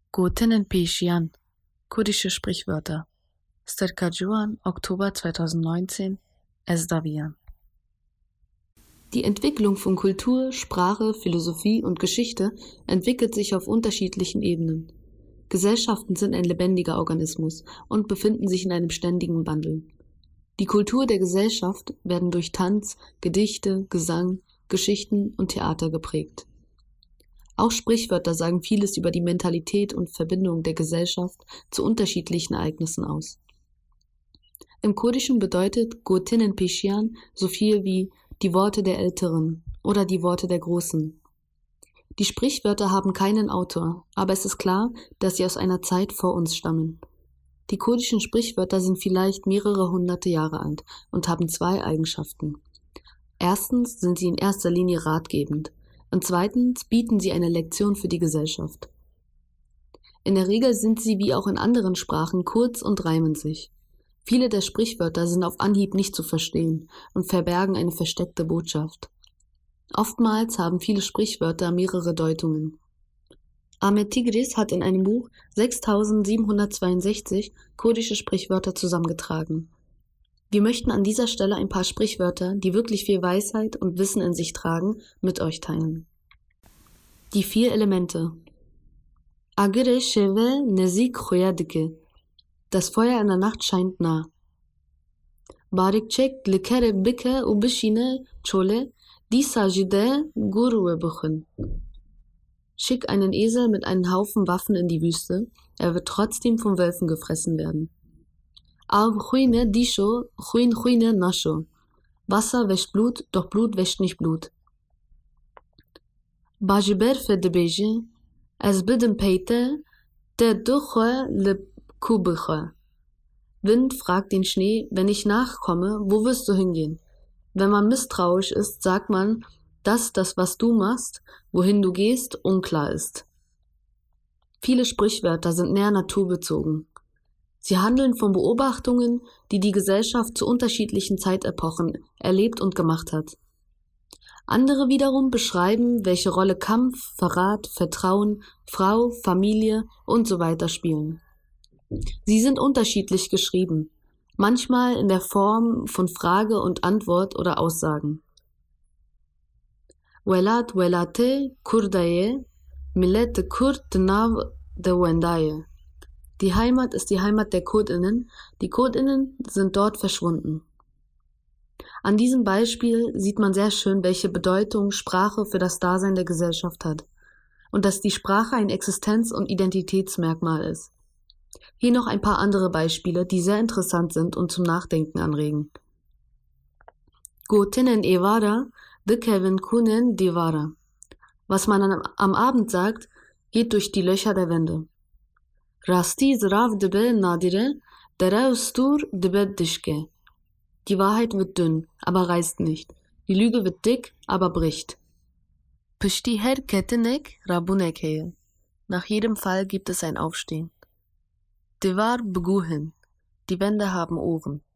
Gotinnen Peshian, kurdische Sprichwörter. Sterkajuan, Oktober 2019, Esdavian. Die Entwicklung von Kultur, Sprache, Philosophie und Geschichte entwickelt sich auf unterschiedlichen Ebenen. Gesellschaften sind ein lebendiger Organismus und befinden sich in einem ständigen Wandel. Die Kultur der Gesellschaft werden durch Tanz, Gedichte, Gesang, Geschichten und Theater geprägt. Auch Sprichwörter sagen vieles über die Mentalität und Verbindung der Gesellschaft zu unterschiedlichen Ereignissen aus. Im Kurdischen bedeutet Gotinnen Peshian so viel wie die Worte der Älteren oder die Worte der Großen. Die Sprichwörter haben keinen Autor, aber es ist klar, dass sie aus einer Zeit vor uns stammen. Die kurdischen Sprichwörter sind vielleicht mehrere hunderte Jahre alt und haben zwei Eigenschaften. Erstens sind sie in erster Linie ratgebend und zweitens bieten sie eine Lektion für die Gesellschaft. In der Regel sind sie wie auch in anderen Sprachen kurz und reimen sich. Viele der Sprichwörter sind auf Anhieb nicht zu verstehen und verbergen eine versteckte Botschaft. Oftmals haben viele Sprichwörter mehrere Deutungen. Ahmet Tigris hat in einem Buch 6762 kurdische Sprichwörter zusammengetragen. Wir möchten an dieser Stelle ein paar Sprichwörter, die wirklich viel Weisheit und Wissen in sich tragen, mit euch teilen. Die 4 Elemente. Agire sheve nezik khoya dike. Das Feuer in der Nacht scheint nah. Barikçek likere bike u bishine chole di sajide gurwe buchen. Schick einen Esel mit einem Haufen Waffen in die Wüste, er wird trotzdem von Wölfen gefressen werden. Ab chuine disho, chuine nasho. Wasser wäscht Blut, doch Blut wäscht nicht Blut. Bajiber fedebeje, es bidem peite, de duche le kubeche. Wind fragt den Schnee, wenn ich nachkomme, wo wirst du hingehen? Wenn man misstrauisch ist, sagt man, dass das, was du machst, wohin du gehst, unklar ist. Viele Sprichwörter sind näher naturbezogen. Sie handeln von Beobachtungen, die die Gesellschaft zu unterschiedlichen Zeitepochen erlebt und gemacht hat. Andere wiederum beschreiben, welche Rolle Kampf, Verrat, Vertrauen, Frau, Familie und so weiter spielen. Sie sind unterschiedlich geschrieben, manchmal in der Form von Frage und Antwort oder Aussagen. Welat welate kurdaye, millet kurd nav de wendaye. Die Heimat ist die Heimat der Kurdinnen, die Kurdinnen sind dort verschwunden. An diesem Beispiel sieht man sehr schön, welche Bedeutung Sprache für das Dasein der Gesellschaft hat und dass die Sprache ein Existenz- und Identitätsmerkmal ist. Hier noch ein paar andere Beispiele, die sehr interessant sind und zum Nachdenken anregen. Gotinnen evara, dikevin kunen divara. Was man am Abend sagt, geht durch die Löcher der Wände. Rasti zrav dibe nadire, dere ustur dibe dishke. Die Wahrheit wird dünn, aber reißt nicht. Die Lüge wird dick, aber bricht. Pishti her ketinek rabunek heye. Nach jedem Fall gibt es ein Aufstehen. Divar beguhin. Die Wände haben Ohren.